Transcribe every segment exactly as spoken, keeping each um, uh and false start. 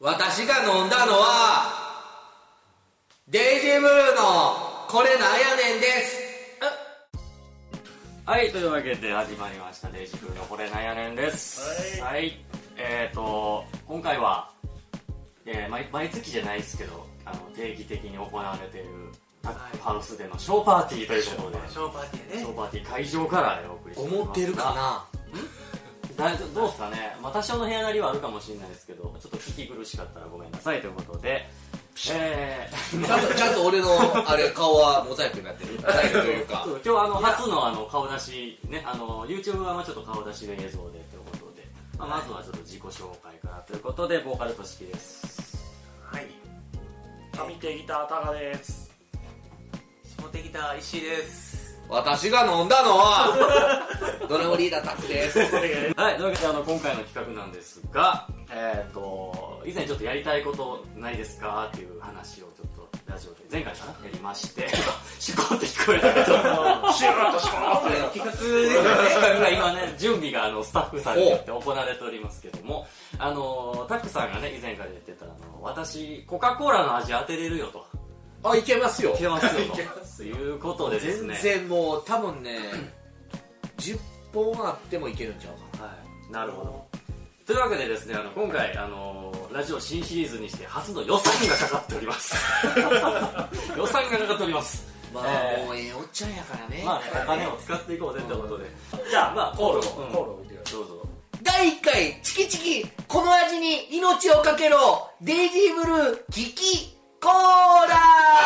私が飲んだのはデイジーブルーのこれなんやねんです。 はい、というわけで始まりましたデイジーブルーのこれなんやねんです。はい、はい、えーと今回は、えー、毎, 毎月じゃないですけどあの定期的に行われているタックハウスでのショーパーティーということで、 ショーパーティーね、 ショーパーティー会場からお送りしています。 思ってるかな。 だどうですかね、まあ、多少の部屋なりはあるかもしれないですけど、ちょっと聞き苦しかったらごめんなさいということで、えー、 ちゃんとちゃんと俺のあれ顔はモザイクになってるモザイクというか今日あの初のあの顔出しね、あの YouTube はまあちょっと顔出しで映像でということで、まあ、まずはちょっと自己紹介からということで、ボーカルとしきです。 はい、 上手ギタータカです。 下手ギター石井です。 私が飲んだのはドラムリーダータックです。 はい、というわけであの今回の企画なんですが、えーと以前ちょっとやりたいことないですかっていう話をちょっとラジオで前回かなやりましてシュコって聞こえたけどシューッとシューッと企画ですよね。 今ね準備があのスタッフさんによって行われておりますけども、あのタックさんがね以前から言ってたあの私コカ・コーラの味当てれるよと。 あ、いけますよ。 いけますよということでですね、 全然もう多分ねじゅっぽんあってもいけるんちゃうかな。 はい、なるほど。というわけでですね、あの今回あのラジオ新シリーズにして初の予算がかかっております予算がかかっております。 まあ、えー、もうええおっちゃんやからね。 まあね、お金を使っていこうぜってことで、 じゃあまあコールを、 うん、 コールを置いてください。 どうぞ。 だいいっかいチキチキこの味に命をかけろデイジーブルーキキコーラ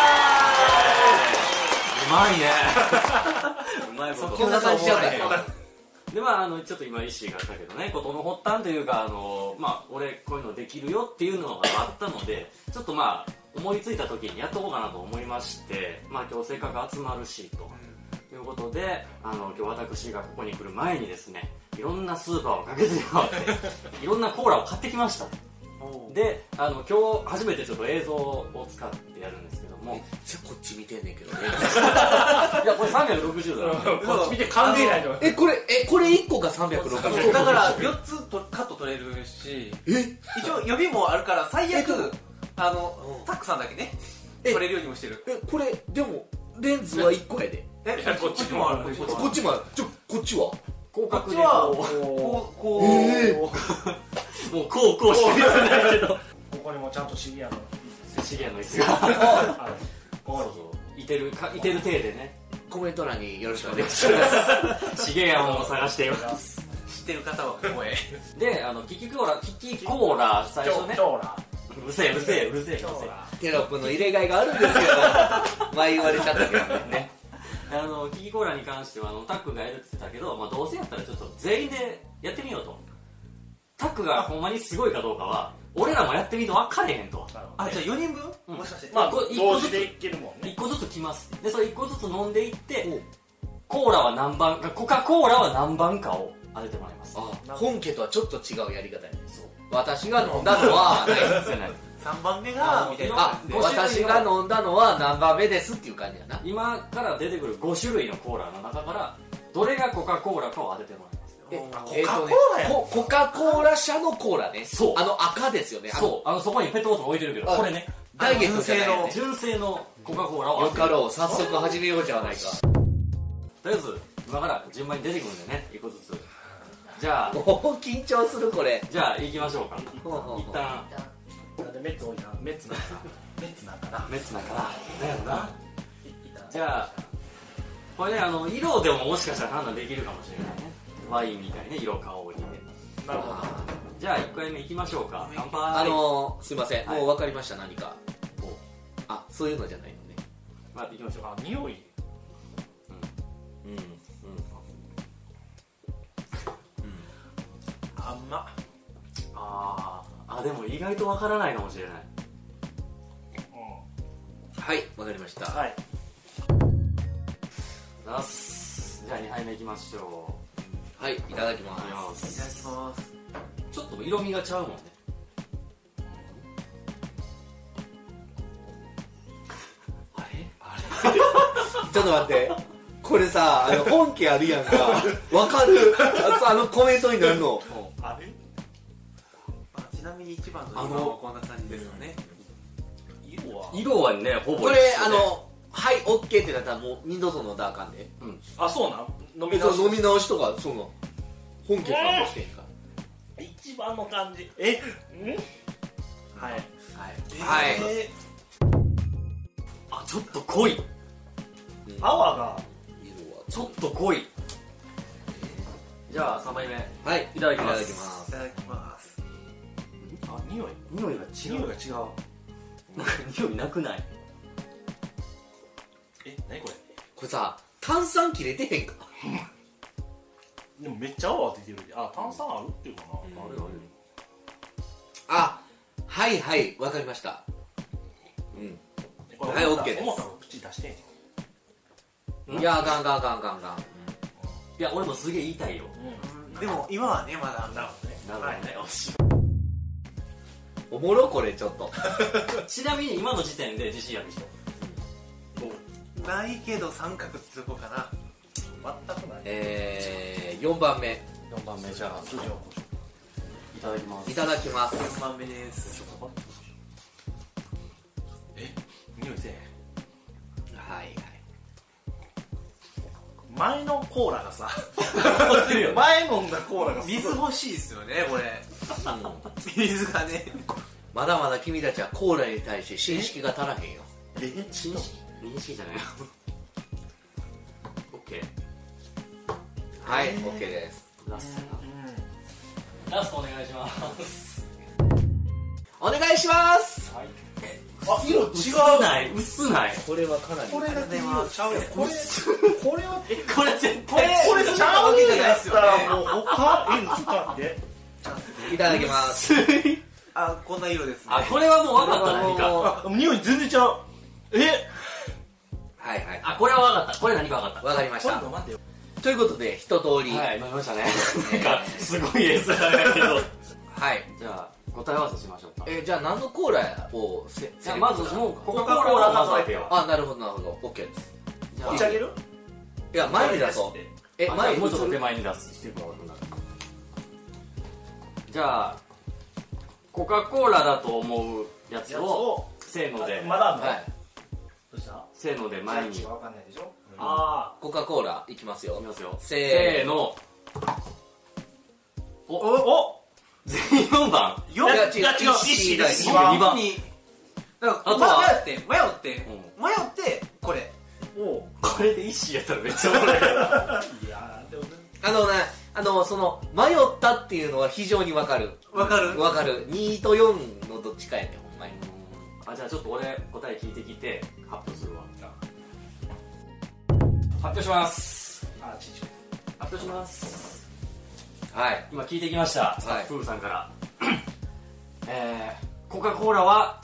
うまいねうまいことこんな感じじゃないで、まあ、あのちょっと今意思があったけどね、事の発端というか、あのまあ俺こういうのできるよっていうのがあったので、ちょっとまあ思いついた時にやっとこうかなと思いまして、まあ今日せっかく集まるしと、うん、いうことで、あの今日私がここに来る前にですね、いろんなスーパーをかけて回っていろんなコーラを買ってきました。で、あの今日初めてちょっと映像を使ってやるんですけども、 めっちゃこっち見てんねんけどねいやこれさんびゃくろくじゅうどこっち見て考えないと。 えこれえこれいっこがさんびゃくろくじゅうだからよっつとカット取れるし、 え一応予備もあるから最悪あのタックさんだけね取れるようにもしてる。 えこれでもレンズはいっこやで。 えこっちもある。 こっちもある。ちょこっちは広角でここうこうえー、 もうこうこうしてるんだけどここにもちゃんとシリアのシリアの椅子がある。 そうそういてるかいてる体でね、 コメント欄によろしくお願いしますシゲヤンを探しています知ってる方はここへで、あのキキコーラキキコーラ最初ね、 コーラうるせえうるせえうるせえうるせえテロップの入れ替えがあるんですよ前言われちゃったけどね。 あのキキコーラに関してはあのタックがやるって言ってたけど、まあ、どうせやったらちょっと全員でやってみようと。タックがほんまにすごいかどうかは俺らもやってみると分かれへんと。 あ、じゃあよにんぶん、 うん、 もしかしてまあこ一個ずつ同時でいけるもんね。 いっこずつ来ます。でそれいっこずつ飲んでいってコーラは何番か、コカ・コーラは何番かを当ててもらいます。 あ本家とはちょっと違うやり方やね。そう私が飲んだのはさんばんめがみたいな。 あ私が飲んだのは何番目ですっていう感じやな。 今から出てくるご種類のコーラの中からどれがコカ・コーラかを当ててもらいます。 えコカ・コえーとねーラやココカ・コーラ社のコーラね。 そうあの赤ですよね。 そうあのそこにペットボトル置いてるけど、これねダイエットじゃないよね。 純正のコカ・コーラをよ当てる。 かろう早速始めようじゃないか。 とりあえず今から順番に出てくるんでね、いっこずつ。じゃあもう緊張するこれ。 じゃあ行きましょうか。 ほうほうほう一旦なんでメッツ多いな。メッツなんかメッツなんかな。 メッツなんかなだよな。じゃあこれね、あの色でももしかしたら判断できるかもしれないね。ワインみたいね、色香りで。 なるほど。 じゃあいっかいめいきましょうか。乾杯。 あのー、すいません、 はいもう分かりました。何かおあそういうのじゃないのね。 まあ行きましょうか。 あ、匂い。 うんうんあんまあーあ、でも意外とわからないかもしれない。 うはい分かりました。 ん。はい。 出す。じゃあにはいめいきましょう。 はいいただきまいただきまいただきす。 ます。 ちょっと色味がちゃうもんね。あれあれす。ちょっと待ってこれさあの本家あるやんか分かるあのコメントになるの。 あれ？ あちなみにに一番の色はこんな感じですよね。 色は色はねほぼこれあのはい OK ってなったらもう二度と飲んだらあかんで。 あそうなん飲みえ直しそう飲み直しとかその本家さんとしてんか一番の感じえんはいはいはいえあちょっと濃い泡が色はちょっと濃いじゃあさんばいめはいいただきますいただきますーいただきます。 あ匂い匂いが違匂いうが違うなんか匂いなくないえ何これこれさ炭酸切れてへんかでもめっちゃ泡出てるであ炭酸あるっていうかな、 あるあるあはいはいわかりましたうんこれはい思った OK です思ったの口出してんねんいやガンガンガンガンガンいや俺もすげえ言いたいよでも今はねまだなるほどねなるほどねよしおもろこれちょっとちなみに今の時点で自信ある人ないけど三角つこうかな。 全くないえー、よんばんめよんばんめじゃあ筋をこういただきますいただきますよんばんめです。 え匂いせえへんはいはい前のコーラがさ残ってるよね前飲んだコーラがすごい水欲しいですよねこれ。水がね。 まだまだ君たちはコーラに対して認識が足らへんよえ認識認識じゃないよオッケーはい OK ですラストラストお願いしますお願いしますあ色違う薄ない薄ないこれはかなりこれだけ色ちゃうよこれこれはえこれ絶これ対これちゃうんやったらもう他え使っていただきますあこんな色ですね。 あこれはもう分かった何かはあ匂い全然ちゃうえいはいあこれは分かったこれ何か分かっわかりましたちょっと待ってよということで一通りたはい飲みましたねなんかすごい絵面だけどはいじゃあ答え合わせしましょうかえじゃあ何のコーラをせじゃあまずもうコカ・コーラを混ぜてよあなるほどなるほど OK ですじゃあ持ち上げるいや前に出そうえあ前にじゃあもうちょっと手出前に出すしてもらうじゃあコカ・コーラだと思うやつやつををせーのでまだあんのはいどうしたせーので前にいきわかんないでしょあコカ・コーラいきますよますよせーせーのおお全員よんばんよいや違ういや違う一一です二番にばんにだからあとは迷って迷って迷ってこれ。 おこれで一子やったらめっちゃおもろいからいやでもねあのねあのその迷ったっていうのは非常にわかるわかる。 わかるにとよんのどっちかやねほんまにあじゃあちょっと俺答え聞いてきて発表するわ発表しますあちち発表しますはい今聞いてきましたスタはいッフさんから、えー、コカ・コーラは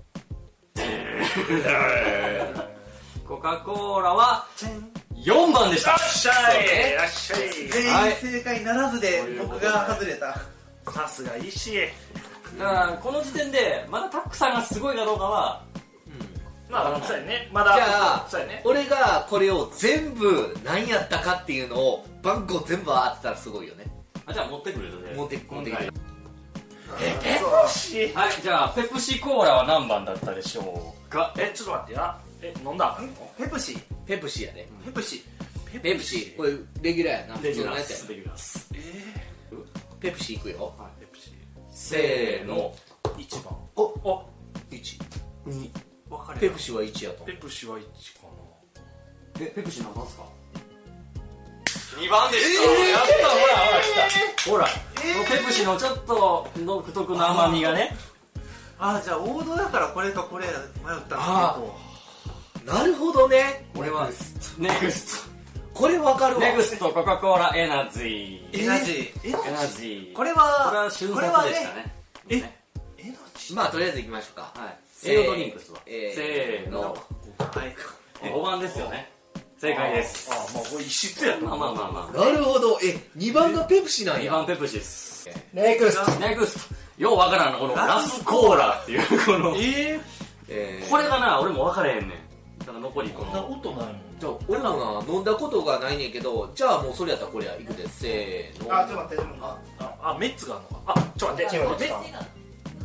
コカ・コーラはよんばんでしたよっしゃいよっしゃい全員正解ならずで僕が外れた。 さすが石だからこの時点でまだタックさんがすごいかどうかはまあそうやねまだじゃあそうやね俺がこれを全部何やったかっていうのを番号全部当てたらすごいよねあじゃあ持ってくるので持って持ってくるえよしはいじゃあペプシコーラは何番だったでしょうかえちょっと待ってやえ飲んだペプシペプシやでペプシペプシこれレギュラーやな普レギュ通のやつやラースレギュラースペプシいくよペプシせーの一番おおいちに分かれペプシはいちやとペプシはいちかえペプシ何番ですかにばんでしやったほらほら来たほら、ペプシのちょっと独特な甘みがねああじゃあ王道だからこれかこれ迷ったんあですなるほどね俺はネクスこれわかるわトネクストコカ・コーラエナジーけどエナジーエエナジーこれこれはは瞬これは殺でしたねねえねエナジまあとりあえずいきましょうかはいせー栄養ドリンクスはえーせーのーはいごばんですよね正解ですあまあこれ一室やまあまあまあまあなるほどえにばんがペプシなんにやばんペプシですネクスネクストようわからんのこのラスコーラっていうこのええーこれがな俺も分からへんねんだから残りここんなのことないもんじゃあ俺もな飲んだことがないねんけどじゃあもうそれやったらこれやいくでせーのあちょっと待ってでもあああメッツがあるのかあちょっと待って違う違うメッ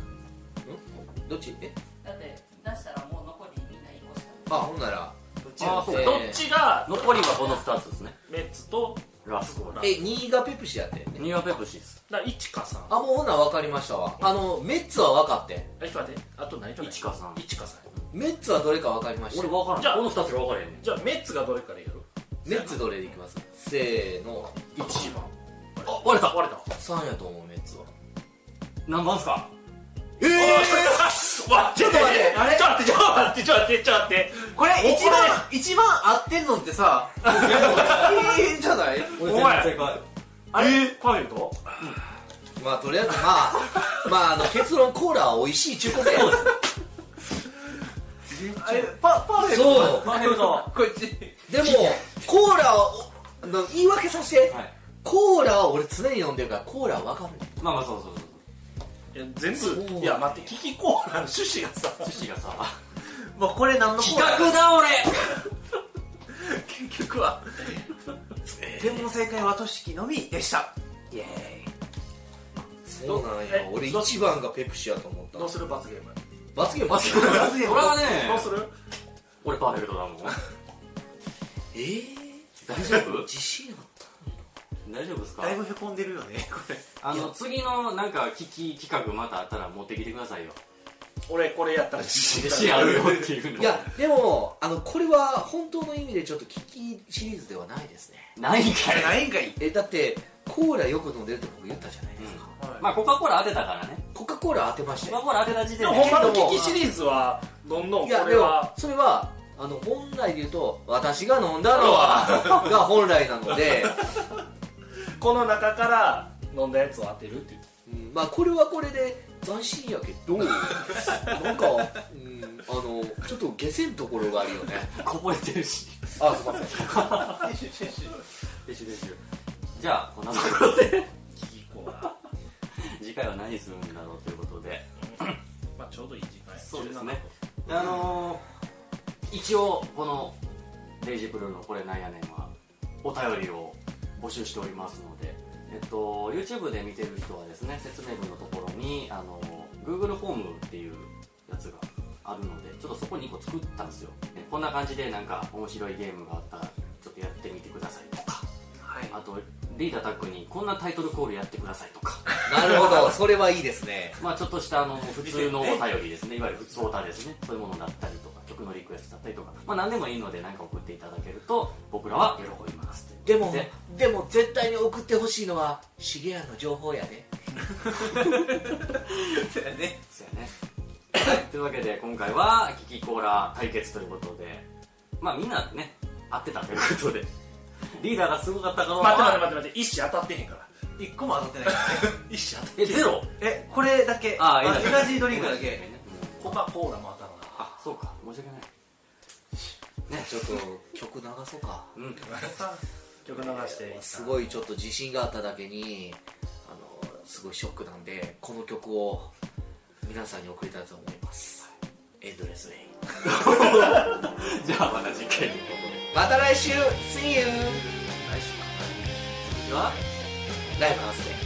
どっち？えだって出したらもう残りみんないっこしかあほんならどっちあーそうえーどっちが残りはこのふたつですね。 メッツとラスコ。 えにがペプシやってんね。 にはペプシです。 だからいちかさんあもうほんなら分かりましたわ。あのメッツは分かってん。 えちょっと待ってあと何と何いちかさんいちかさんメッツはどれか分かりました。 俺分からん。 じゃあこのふたつが分からへんねん。 じゃあメッツがどれからやるメッツどれでいきます？せーのいちばんあ割れた。 割れたさんやと思うメッツは。 何番っすか？ えー、 わちょっと待ってあれちょっと待ってちょっと待ってちょっと待ってちょっと待ってこれ一番一番合ってんのってさいいじゃない？ 俺お前正解。 あれパーフェクトまあとりあえずまあまああの結論コーラは美味しい中古で。 あれパパーフェクトそうパーフェクト。 こっちでもコーラをあの言い訳させて、 はい。 コーラは俺常に飲んでるからコーラは分かるね。 まあまあそうそうそう。 いや全そう部いや待ってキキコーラの趣旨がさ趣旨がさ。 もうこれ何の企画だ俺。 結局は全問正解はとしきのみでしたイエーイそうなんやえ。 俺一番がペプシやと思った。 どうする罰ゲーム罰ゲーム罰ゲーム罰ゲーム俺はね、 どうする俺パーフェクトだもん。 えー、 大丈夫？ 自信あった大丈夫ですか？ だいぶへこんでるよねこれあの次のなんか危機企画またあったら持ってきてくださいよ。 俺これやったら自信自信あるよっていうの。 いやでもあのこれは本当の意味でちょっとキキシリーズではないですね。 ないんかい。 ないんかいえだってコーラよく飲んでるって僕言ったじゃないですか、 まあコカ・コーラ当てたからね。 コカ・コーラ当てましたよ。 コカ・コーラ当てた時でも点で。 ほんまのキキシリーズはどんどんこいやでもれはそれはあの本来で言うと私が飲んだのはが本来なので、 この中から飲んだやつを当てるっていううん、まあこれはこれで斬新やけどなんか、うん、あのちょっと下せんところがあるよね。 こぼれてるし。 あすいません。 でしゅでしゅ。じゃあこんなところでキキコーラ次回は何するんだろうということで。 まあちょうどいい時間やそうですね。あのー、一応このレイジブルーのこれなんやねんはお便りを募集しておりますので、えっと YouTube で見てる人はですね、説明文のところにあの Google フォームっていうやつがあるので、ちょっとそこにいっこ作ったんですよ。こんな感じでなんか面白いゲームがあったらちょっとやってみてくださいとか、 はいあとリーダータックにこんなタイトルコールやってくださいとか、 なるほど、それはいいですね。 まあちょっとしたあの普通のお便りですね、いわゆる普通オタですね、そういうものだったりとか、曲のリクエストだったりとか、まあ何でもいいので何か送っていただけると僕らは喜びます。 でもででも絶対に送ってほしいのはシゲアの情報やで。 そうやねそうやね。はい、というわけで今回はキキコーラ対決ということで、まあみんなね合ってたということで、リーダーがすごかったかどうか待って待っては待って待って一矢当たってへんから一個も当たってないからね一矢当たってえゼロ。 えこれだけあエナジードリンクだけうんコカ・コーラも当たるなあそうか、申し訳ないね。 ちょっと曲流そうか。 うん曲流してすごいちょっと自信があっただけにあのすごいショックなんで、この曲を皆さんに送りたいと思います。エンドレスウェイ。 じゃあまた次回ということで、 また来週 See you 来週かな。次はライブハウスで